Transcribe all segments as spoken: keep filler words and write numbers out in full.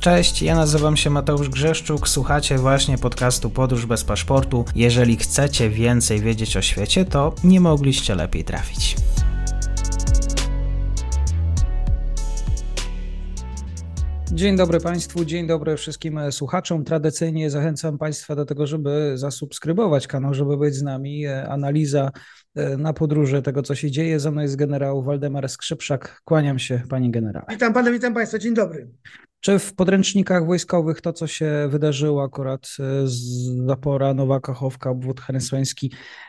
Cześć, ja nazywam się Mateusz Grzeszczuk, słuchacie właśnie podcastu Podróż bez paszportu. Jeżeli chcecie więcej wiedzieć o świecie, to nie mogliście lepiej trafić. Dzień dobry Państwu, dzień dobry wszystkim słuchaczom. Tradycyjnie zachęcam Państwa do tego, żeby zasubskrybować kanał, żeby być z nami. Analiza na podróży tego, co się dzieje. Ze mną jest generał Waldemar Skrzypszak. Kłaniam się, panie generale. Witam pana, witam państwa, dzień dobry. Czy w podręcznikach wojskowych to, co się wydarzyło akurat z Zapora, Nowa Kachowka, obwód heresjański,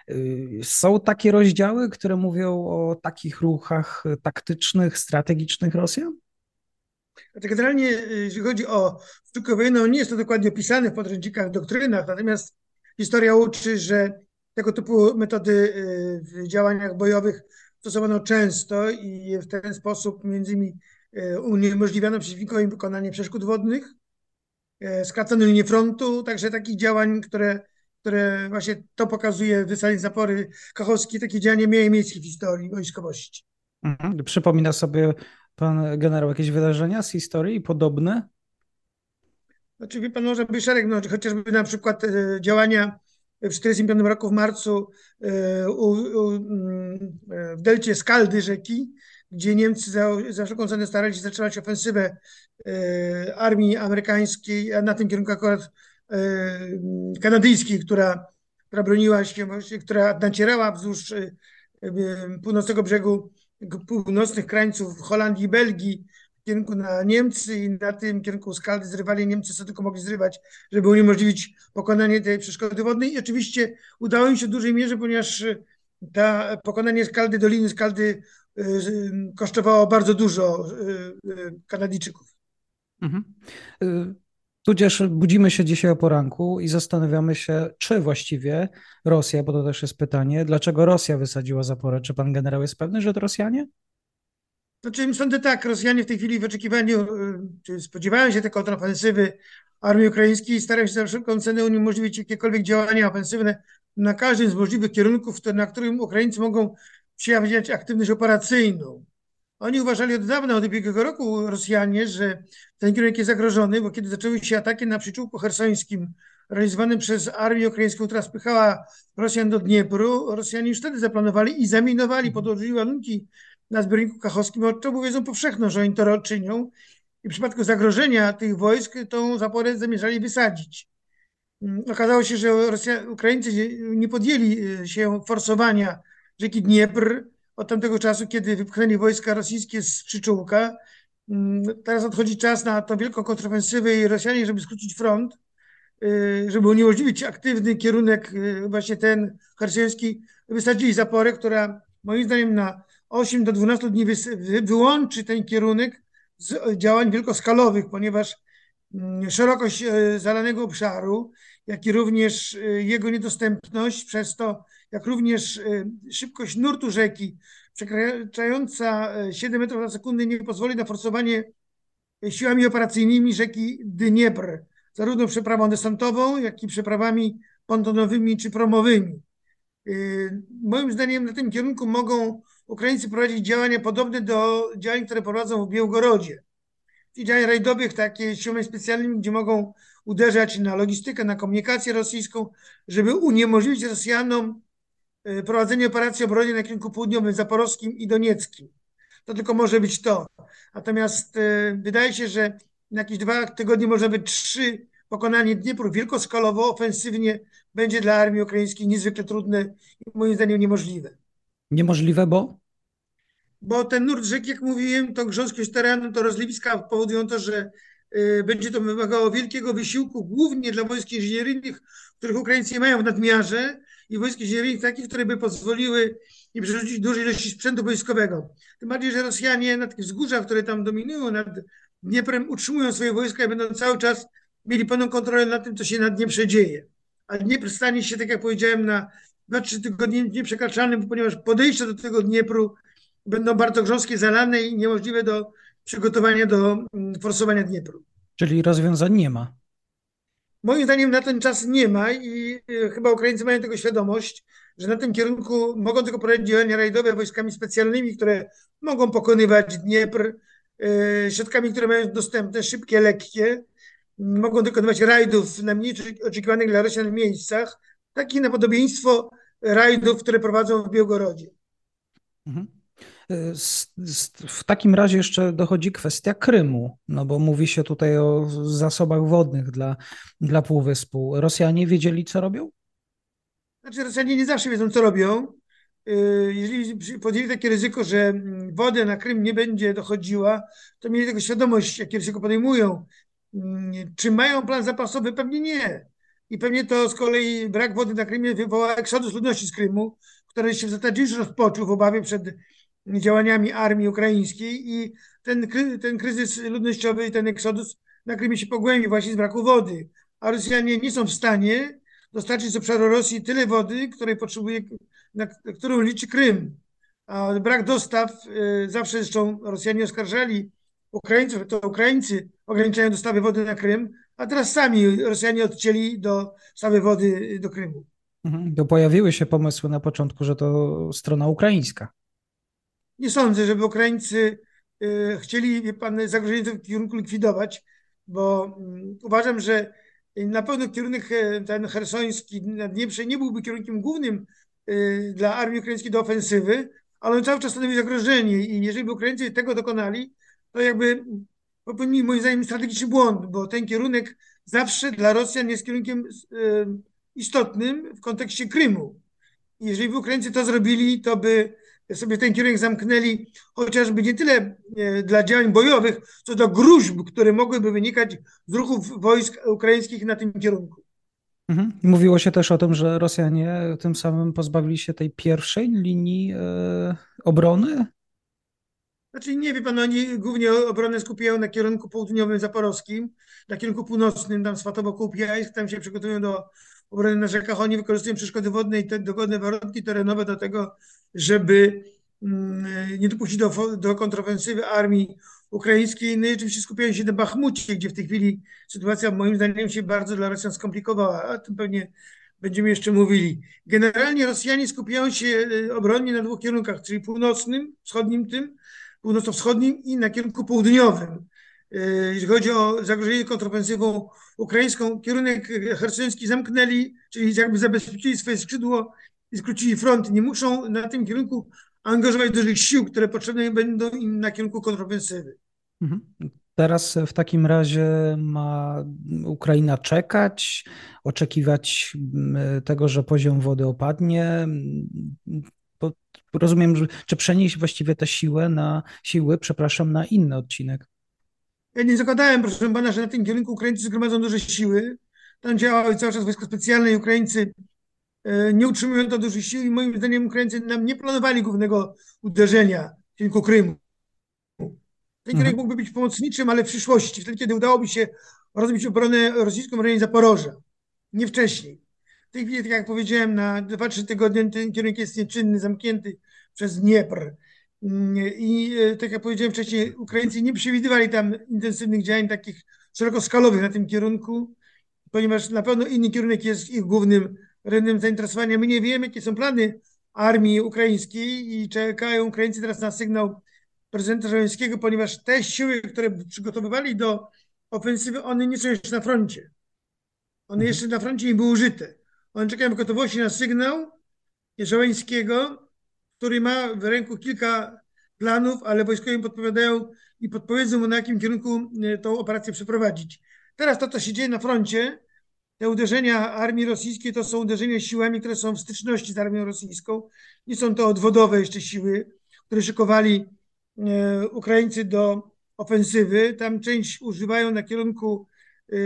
są takie rozdziały, które mówią o takich ruchach taktycznych, strategicznych Rosjan? Znaczy generalnie, jeśli chodzi o sztukę wojenną, nie jest to dokładnie opisane w podręcznikach, doktrynach, natomiast historia uczy, że tego typu metody w działaniach bojowych stosowano często i w ten sposób między innymi uniemożliwiano przeciwnikowi wykonanie przeszkód wodnych, skracano linię frontu, także takich działań, które, które właśnie to pokazuje wysalenie Zapory Kachowskiej, takie działania miały miejsce w historii wojskowości. Mhm. Przypomina sobie pan generał jakieś wydarzenia z historii podobne? Znaczy, wie pan, może być szereg, no, chociażby na przykład e, działania w tysiąc dziewięćset czterdziestym piątym roku w marcu e, u, u, e, w delcie Skaldy rzeki, gdzie Niemcy za, za wszelką cenę starali się zatrzymać ofensywę e, armii amerykańskiej, a na tym kierunku akurat e, kanadyjskiej, która, która broniła się, która nacierała wzdłuż e, północnego brzegu północnych krańców Holandii i Belgii w kierunku na Niemcy i na tym kierunku Skaldy zrywali Niemcy, co tylko mogli zrywać, żeby uniemożliwić pokonanie tej przeszkody wodnej. I oczywiście udało im się w dużej mierze, ponieważ ta pokonanie Skaldy, Doliny Skaldy kosztowało bardzo dużo Kanadyjczyków. Mhm. Tudzież budzimy się dzisiaj o poranku i zastanawiamy się, czy właściwie Rosja, bo to też jest pytanie, dlaczego Rosja wysadziła Zaporę? Czy pan generał jest pewny, że to Rosjanie? Znaczy, sądzę tak, Rosjanie w tej chwili w oczekiwaniu, czy spodziewają się tej kontrofensywy armii ukraińskiej i starają się za wszelką cenę uniemożliwić jakiekolwiek działania ofensywne na każdym z możliwych kierunków, na którym Ukraińcy mogą przejawiać aktywność operacyjną. Oni uważali od dawna, od ubiegłego roku Rosjanie, że ten kierunek jest zagrożony, bo kiedy zaczęły się ataki na przyczółku chersońskim realizowanym przez armię ukraińską, która spychała Rosjan do Dniepru, Rosjanie już wtedy zaplanowali i zaminowali, podłożyli ładunki na zbiorniku kachowskim, od czego wiedzą powszechną, że oni to czynią. I w przypadku zagrożenia tych wojsk tą Zaporę zamierzali wysadzić. Okazało się, że Rosja, Ukraińcy nie podjęli się forsowania rzeki Dniepr od tamtego czasu, kiedy wypchnęli wojska rosyjskie z przyczółka. Teraz odchodzi czas na tą wielką kontrofensywę i Rosjanie, żeby skrócić front, żeby uniemożliwić aktywny kierunek właśnie ten chersoński, wysadzili Zaporę, która moim zdaniem na osiem do dwunastu dni wyłączy ten kierunek z działań wielkoskalowych, ponieważ szerokość zalanego obszaru, jak i również jego niedostępność, przez to jak również szybkość nurtu rzeki przekraczająca siedem metrów na sekundę nie pozwoli na forsowanie siłami operacyjnymi rzeki Dniepr, zarówno przeprawą desantową, jak i przeprawami pontonowymi czy promowymi. Moim zdaniem na tym kierunku mogą Ukraińcy prowadzić działania podobne do działań, które prowadzą w Białgorodzie. I działań rajdowych, takie siłami specjalnymi, gdzie mogą uderzać na logistykę, na komunikację rosyjską, żeby uniemożliwić Rosjanom prowadzenie operacji obronnej na kierunku południowym, zaporowskim i donieckim. To tylko może być to. Natomiast wydaje się, że na jakieś dwa tygodnie, może być trzy, pokonanie Dniepru wielkoskalowo, ofensywnie będzie dla armii ukraińskiej niezwykle trudne i moim zdaniem niemożliwe. Niemożliwe, bo? Bo ten nurt rzek, jak mówiłem, to grząskość terenu, to rozlewiska powodują to, że y, będzie to wymagało wielkiego wysiłku, głównie dla wojsk inżynieryjnych, których Ukraińcy nie mają w nadmiarze, i wojsk inżynieryjnych takich, które by pozwoliły im przerzucić dużej ilości sprzętu wojskowego. Tym bardziej, że Rosjanie na tych wzgórzach, które tam dominują nad Dnieprem, utrzymują swoje wojska i będą cały czas mieli pełną kontrolę nad tym, co się na Dnieprze dzieje. A Dniepr stanie się, tak jak powiedziałem, na dwa trzy tygodnie nieprzekraczalnym, ponieważ podejścia do tego Dniepru będą bardzo grząskie, zalane i niemożliwe do przygotowania do forsowania Dniepru. Czyli rozwiązań nie ma. Moim zdaniem na ten czas nie ma i chyba Ukraińcy mają tego świadomość, że na tym kierunku mogą tylko prowadzić działania rajdowe wojskami specjalnymi, które mogą pokonywać Dniepr środkami, które mają dostępne, szybkie, lekkie, mogą dokonywać rajdów na mniej oczekiwanych dla Rosjan miejscach, takie na podobieństwo rajdów, które prowadzą w Białgorodzie. Mhm. W takim razie jeszcze dochodzi kwestia Krymu, no bo mówi się tutaj o zasobach wodnych dla, dla Półwyspu. Rosjanie wiedzieli, co robią? Znaczy Rosjanie nie zawsze wiedzą, co robią. Jeżeli podjęli takie ryzyko, że woda na Krym nie będzie dochodziła, to mieli tego świadomość, jakie ryzyko podejmują. Czy mają plan zapasowy? Pewnie nie. I pewnie to z kolei brak wody na Krymie wywoła eksodus ludności z Krymu, który się w zasadzie już rozpoczął w obawie przed działaniami armii ukraińskiej i ten, ten kryzys ludnościowy i ten eksodus na Krymie się pogłębi właśnie z braku wody. A Rosjanie nie są w stanie dostarczyć z obszaru Rosji tyle wody, której potrzebuje, na którą liczy Krym. A brak dostaw, zawsze zresztą Rosjanie oskarżali Ukraińców, to Ukraińcy ograniczają dostawy wody na Krym, a teraz sami Rosjanie odcięli dostawy wody do Krymu. Mhm. To pojawiły się pomysły na początku, że to strona ukraińska. Nie sądzę, żeby Ukraińcy chcieli, wie pan, zagrożenie w tym kierunku likwidować, bo uważam, że na pewno kierunek ten chersoński na Dnieprze nie byłby kierunkiem głównym dla armii ukraińskiej do ofensywy, ale on cały czas stanowi zagrożenie i jeżeli by Ukraińcy tego dokonali, to jakby popełnili moim zdaniem strategiczny błąd, bo ten kierunek zawsze dla Rosjan jest kierunkiem istotnym w kontekście Krymu. I jeżeli by Ukraińcy to zrobili, to by sobie ten kierunek zamknęli chociażby nie tyle dla działań bojowych, co do gruźb, które mogłyby wynikać z ruchów wojsk ukraińskich na tym kierunku. Mhm. Mówiło się też o tym, że Rosjanie tym samym pozbawili się tej pierwszej linii e, obrony. Znaczy nie wie pan, oni głównie obronę skupiają na kierunku południowym zaporowskim, na kierunku północnym, tam Swatowo-Kupiańsk, tam się przygotują do obrony na rzekach. Oni wykorzystują przeszkody wodne i te dogodne warunki terenowe do tego, żeby nie dopuścić do, do kontrofensywy armii ukraińskiej. No i oczywiście skupiają się na Bachmucie, gdzie w tej chwili sytuacja moim zdaniem się bardzo dla Rosjan skomplikowała, a o tym pewnie będziemy jeszcze mówili. Generalnie Rosjanie skupiają się obronnie na dwóch kierunkach, czyli północnym, wschodnim tym, północno-wschodnim i na kierunku południowym. Jeśli chodzi o zagrożenie kontrofensywą ukraińską, kierunek chersoński zamknęli, czyli jakby zabezpieczyli swoje skrzydło i skrócili front. Nie muszą na tym kierunku angażować dużych sił, które potrzebne będą im na kierunku kontrofensywy. Mhm. Teraz w takim razie ma Ukraina czekać, oczekiwać tego, że poziom wody opadnie. Bo rozumiem, że czy przenieść właściwie te siły na siły, przepraszam, na inny odcinek. Ja nie zakładałem, proszę pana, że na tym kierunku Ukraińcy zgromadzą duże siły. Tam działały cały czas wojska specjalne i Ukraińcy nie utrzymują to dużych sił i moim zdaniem Ukraińcy nam nie planowali głównego uderzenia w kierunku Krymu. Ten kierunek mhm. mógłby być pomocniczym, ale w przyszłości, wtedy kiedy udałoby się rozbić obronę rosyjską w rejonie Zaporoża. Nie wcześniej. W tej chwili, tak jak powiedziałem, na dwa trzy tygodnie ten kierunek jest nieczynny, zamknięty przez Dniepr. I tak jak powiedziałem wcześniej, Ukraińcy nie przewidywali tam intensywnych działań takich szerokoskalowych na tym kierunku, ponieważ na pewno inny kierunek jest ich głównym rejonem zainteresowania. My nie wiemy, jakie są plany armii ukraińskiej i czekają Ukraińcy teraz na sygnał prezydenta Żeleńskiego, ponieważ te siły, które przygotowywali do ofensywy, one nie są jeszcze na froncie. One mhm. jeszcze na froncie nie były użyte. One czekają w gotowości na sygnał Żeleńskiego, który ma w ręku kilka planów, ale wojskowi podpowiadają i podpowiedzą mu, na jakim kierunku tą operację przeprowadzić. Teraz to, co się dzieje na froncie, te uderzenia armii rosyjskiej to są uderzenia siłami, które są w styczności z armią rosyjską. Nie są to odwodowe jeszcze siły, które szykowali e, Ukraińcy do ofensywy. Tam część używają na kierunku e,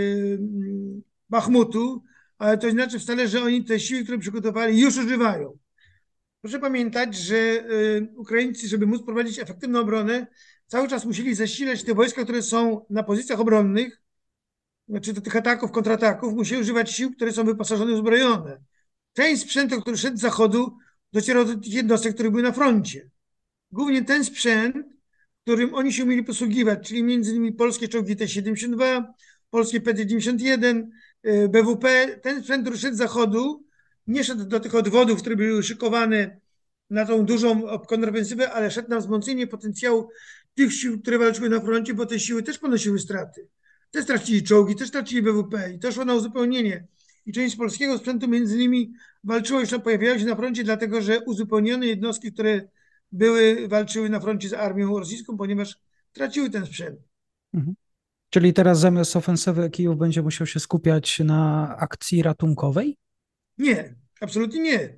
Bachmutu, ale to znaczy wcale, że oni te siły, które przygotowali, już używają. Proszę pamiętać, że Ukraińcy, żeby móc prowadzić efektywną obronę, cały czas musieli zasilać te wojska, które są na pozycjach obronnych, czy do tych ataków, kontrataków, musieli używać sił, które są wyposażone, uzbrojone. Część sprzętu, który szedł z zachodu, docierał do tych jednostek, które były na froncie. Głównie ten sprzęt, którym oni się umieli posługiwać, czyli między innymi polskie czołgi T siedemdziesiąt dwa, polskie P T dziewięćdziesiąt jeden, B W P, ten sprzęt, który szedł z zachodu, nie szedł do tych odwodów, które były szykowane na tą dużą kontrofensywę, ale szedł na wzmocnienie potencjału tych sił, które walczyły na froncie, bo te siły też ponosiły straty. Też stracili czołgi, też stracili B W P i to szło na uzupełnienie. I część polskiego sprzętu między innymi walczyło, już pojawiało się na froncie, dlatego że uzupełnione jednostki, które były, walczyły na froncie z armią rosyjską, ponieważ traciły ten sprzęt. Mhm. Czyli teraz zamiast ofensywy Kijów będzie musiał się skupiać na akcji ratunkowej? Nie, absolutnie nie.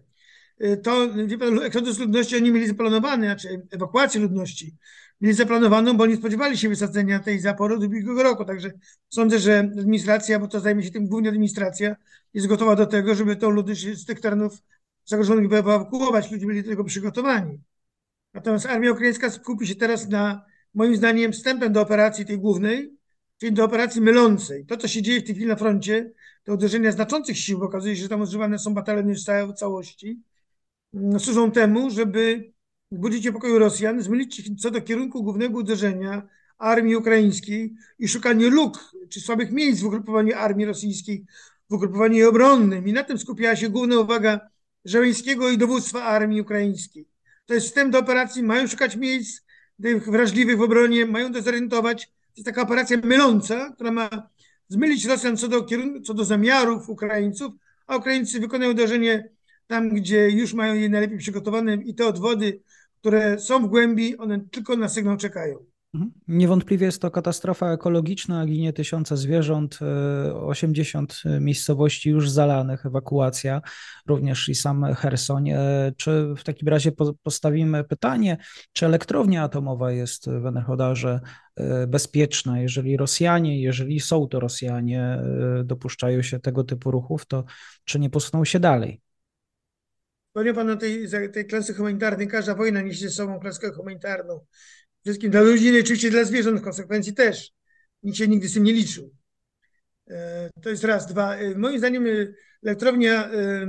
To, wie pan, eksodus ludności oni mieli zaplanowany, znaczy ewakuację ludności mieli zaplanowaną, bo nie spodziewali się wysadzenia tej zapory do ubiegłego roku. Także sądzę, że administracja, bo to zajmie się tym głównie administracja, jest gotowa do tego, żeby tą ludność z tych terenów zagrożonych wyewakuować. Ludzie byli do tego przygotowani. Natomiast armia ukraińska skupi się teraz na, moim zdaniem, wstępem do operacji tej głównej, czyli do operacji mylącej. To, co się dzieje w tej chwili na froncie, to uderzenia znaczących sił, bo okazuje się, że tam używane są bataliony w całości, służą temu, żeby wzbudzić niepokoju Rosjan, zmylić ich co do kierunku głównego uderzenia armii ukraińskiej i szukanie luk czy słabych miejsc w ugrupowaniu armii rosyjskiej, w ugrupowaniu obronnym. I na tym skupiała się główna uwaga Żeleńskiego i dowództwa armii ukraińskiej. To jest wstęp do operacji, mają szukać miejsc tych wrażliwych w obronie, mają dezorientować. To jest taka operacja myląca, która ma zmylić Rosjan co do, kierunku, co do zamiarów Ukraińców, a Ukraińcy wykonają uderzenie tam, gdzie już mają je najlepiej przygotowane i te odwody, które są w głębi, one tylko na sygnał czekają. Niewątpliwie jest to katastrofa ekologiczna, ginie tysiące zwierząt, osiemdziesiąt miejscowości już zalanych, ewakuacja, również i sam Cherson. Czy w takim razie postawimy pytanie, czy elektrownia atomowa jest w Enerhodarze bezpieczna, jeżeli Rosjanie, jeżeli są to Rosjanie, dopuszczają się tego typu ruchów, to czy nie posuną się dalej? Wspomniał Pan o tej, tej klęsce humanitarnej. Każda wojna niesie ze sobą klęskę humanitarną. Wszystkim dla ludzi i oczywiście dla zwierząt w konsekwencji też. Nikt się nigdy z tym nie liczył. To jest raz. Dwa. Moim zdaniem elektrownia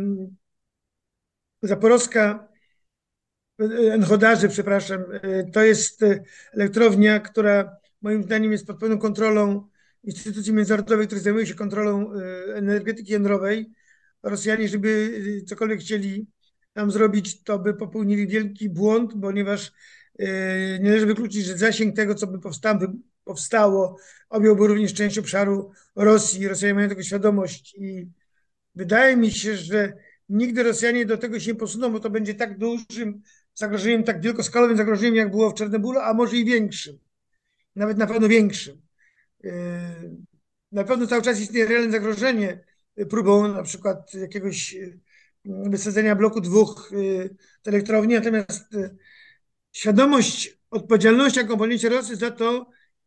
zaporowska, Enerhodarze, przepraszam, to jest elektrownia, która moim zdaniem jest pod pełną kontrolą instytucji międzynarodowych, które zajmują się kontrolą energetyki jądrowej. Rosjanie, żeby cokolwiek chcieli tam zrobić, to by popełnili wielki błąd, ponieważ nie należy wykluczyć, że zasięg tego, co by powstało, powstało objąłby również część obszaru Rosji. Rosjanie mają tego świadomość i wydaje mi się, że nigdy Rosjanie do tego się nie posuną, bo to będzie tak dużym zagrożeniem, tak wielkoskalowym zagrożeniem, jak było w Czarnobylu, a może i większym. Nawet na pewno większym. Na pewno cały czas istnieje realne zagrożenie próbą na przykład jakiegoś wysadzenia bloku dwóch elektrowni, natomiast świadomość odpowiedzialności, jaką poniesie Rosja za to,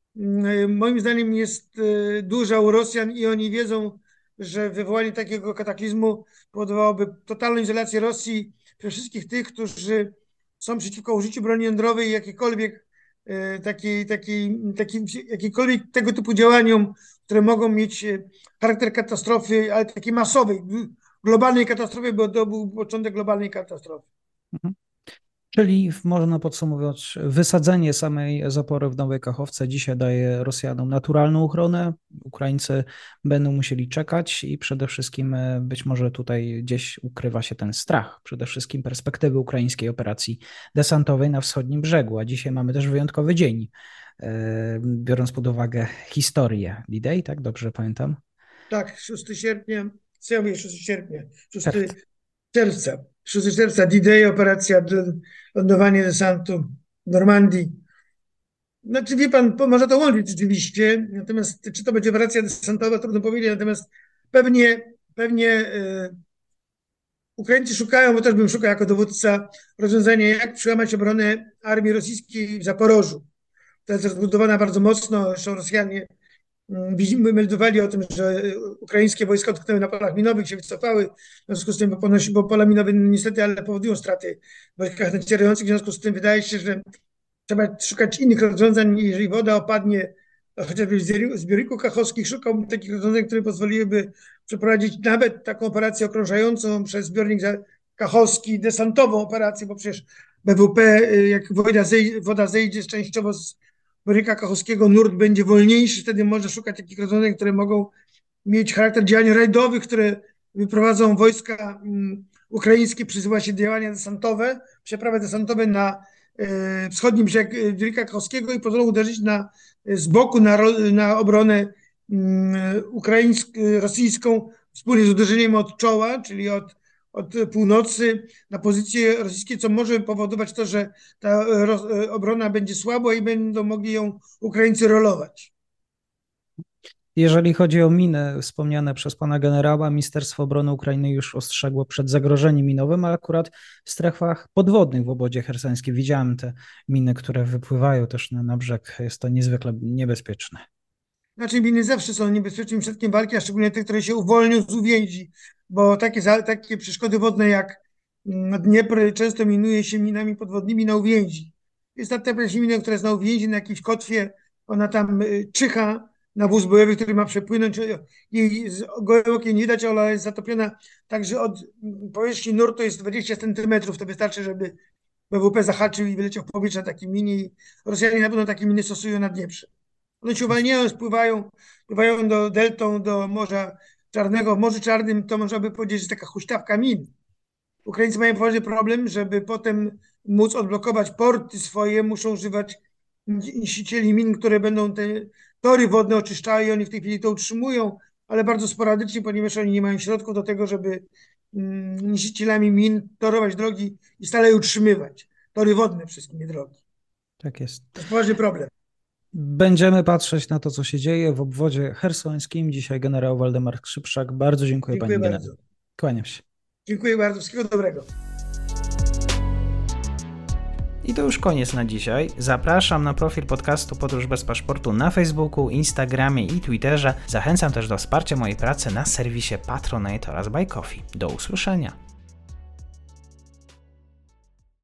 moim zdaniem jest duża u Rosjan i oni wiedzą, że wywołanie takiego kataklizmu powodowałoby totalną izolację Rosji przez wszystkich tych, którzy są przeciwko użyciu broni jądrowej i jakiejkolwiek takiej, takiej, takiej, jakiejkolwiek tego typu działaniom, które mogą mieć charakter katastrofy, ale takiej masowej, globalnej katastrofy, bo to był początek globalnej katastrofy. Mhm. Czyli można podsumować, wysadzenie samej zapory w Nowej Kachowce dzisiaj daje Rosjanom naturalną ochronę. Ukraińcy będą musieli czekać i przede wszystkim być może tutaj gdzieś ukrywa się ten strach, przede wszystkim perspektywy ukraińskiej operacji desantowej na wschodnim brzegu. A dzisiaj mamy też wyjątkowy dzień, biorąc pod uwagę historię D-Day, tak? Dobrze pamiętam? Tak, szóstego sierpnia, co ja mówię, szóstego sierpnia, szóstego czerwca. szóstego czerwca D-Day, operacja lądowanie desantu w Normandii. Znaczy wie pan, może to łączyć rzeczywiście, natomiast czy to będzie operacja desantowa, trudno powiedzieć, natomiast pewnie, pewnie e, Ukraińcy szukają, bo też bym szukał jako dowódca rozwiązania, jak przełamać obronę armii rosyjskiej w Zaporożu. To jest rozbudowana bardzo mocno, zresztą Rosjanie Widzimy, meldowali o tym, że ukraińskie wojska utknęły na polach minowych, się wycofały, w związku z tym, bo, ponosi, bo pola minowe niestety, ale powodują straty w wojskach nacierających, w związku z tym wydaje się, że trzeba szukać innych rozwiązań, jeżeli woda opadnie, chociażby w zbiorniku kachowskich, szukam takich rozwiązań, które pozwoliłyby przeprowadzić nawet taką operację okrążającą przez zbiornik kachowski, desantową operację, bo przecież B W P, jak woda zejdzie, woda zejdzie częściowo z zbiornika kachowskiego, nurt będzie wolniejszy, wtedy można szukać takich rozwiązań, które mogą mieć charakter działań rajdowych, które wyprowadzą wojska um, ukraińskie, przyzywa się działania desantowe, przeprawy desantowe na wschodni brzeg Dryka Kachowskiego i pozwolą uderzyć na, z boku na, na obronę ukraińską, rosyjską wspólnie z uderzeniem od czoła, czyli od, od północy na pozycje rosyjskie, co może powodować to, że ta obrona będzie słaba i będą mogli ją Ukraińcy rolować. Jeżeli chodzi o miny wspomniane przez pana generała, Ministerstwo Obrony Ukrainy już ostrzegło przed zagrożeniem minowym, ale akurat w strefach podwodnych w obwodzie chersońskim widziałem te miny, które wypływają też na, na brzeg. Jest to niezwykle niebezpieczne. Znaczy miny zawsze są niebezpiecznym środkiem walki, a szczególnie te, które się uwolnią z uwięzi, bo takie, takie przeszkody wodne jak Dniepr często minuje się minami podwodnymi na uwięzi. Jest ta mina, która jest na uwięzi, na jakiejś kotwie, ona tam czyha na wóz bojowy, który ma przepłynąć. Jej z gołym okiem nie widać, ale jest zatopiona także od powierzchni nurtu jest dwadzieścia centymetrów. To wystarczy, żeby B W P zahaczył i wyleciał w powietrze na takiej minie. I Rosjanie na pewno takie miny stosują na Dnieprze. One się uwalniają, spływają, spływają do deltą, do Morza Czarnego. W Morzu Czarnym to można by powiedzieć, że jest taka huśtawka min. Ukraińcy mają poważny problem, żeby potem móc odblokować porty swoje, muszą używać niszczycieli min, które będą te tory wodne oczyszczały i oni w tej chwili to utrzymują, ale bardzo sporadycznie, ponieważ oni nie mają środków do tego, żeby niszczycielami min torować drogi i stale je utrzymywać. Tory wodne wszystkim, nie drogi. Tak jest. To jest poważny problem. Będziemy patrzeć na to, co się dzieje w obwodzie chersońskim. Dzisiaj generał Waldemar Skrzypczak. Bardzo dziękuję, dziękuję panie bardzo. generale. Kłaniam się. Dziękuję bardzo. Wszystkiego dobrego. I to już koniec na dzisiaj. Zapraszam na profil podcastu Podróż bez paszportu na Facebooku, Instagramie i Twitterze. Zachęcam też do wsparcia mojej pracy na serwisie Patronite oraz Buy Coffee. Do usłyszenia.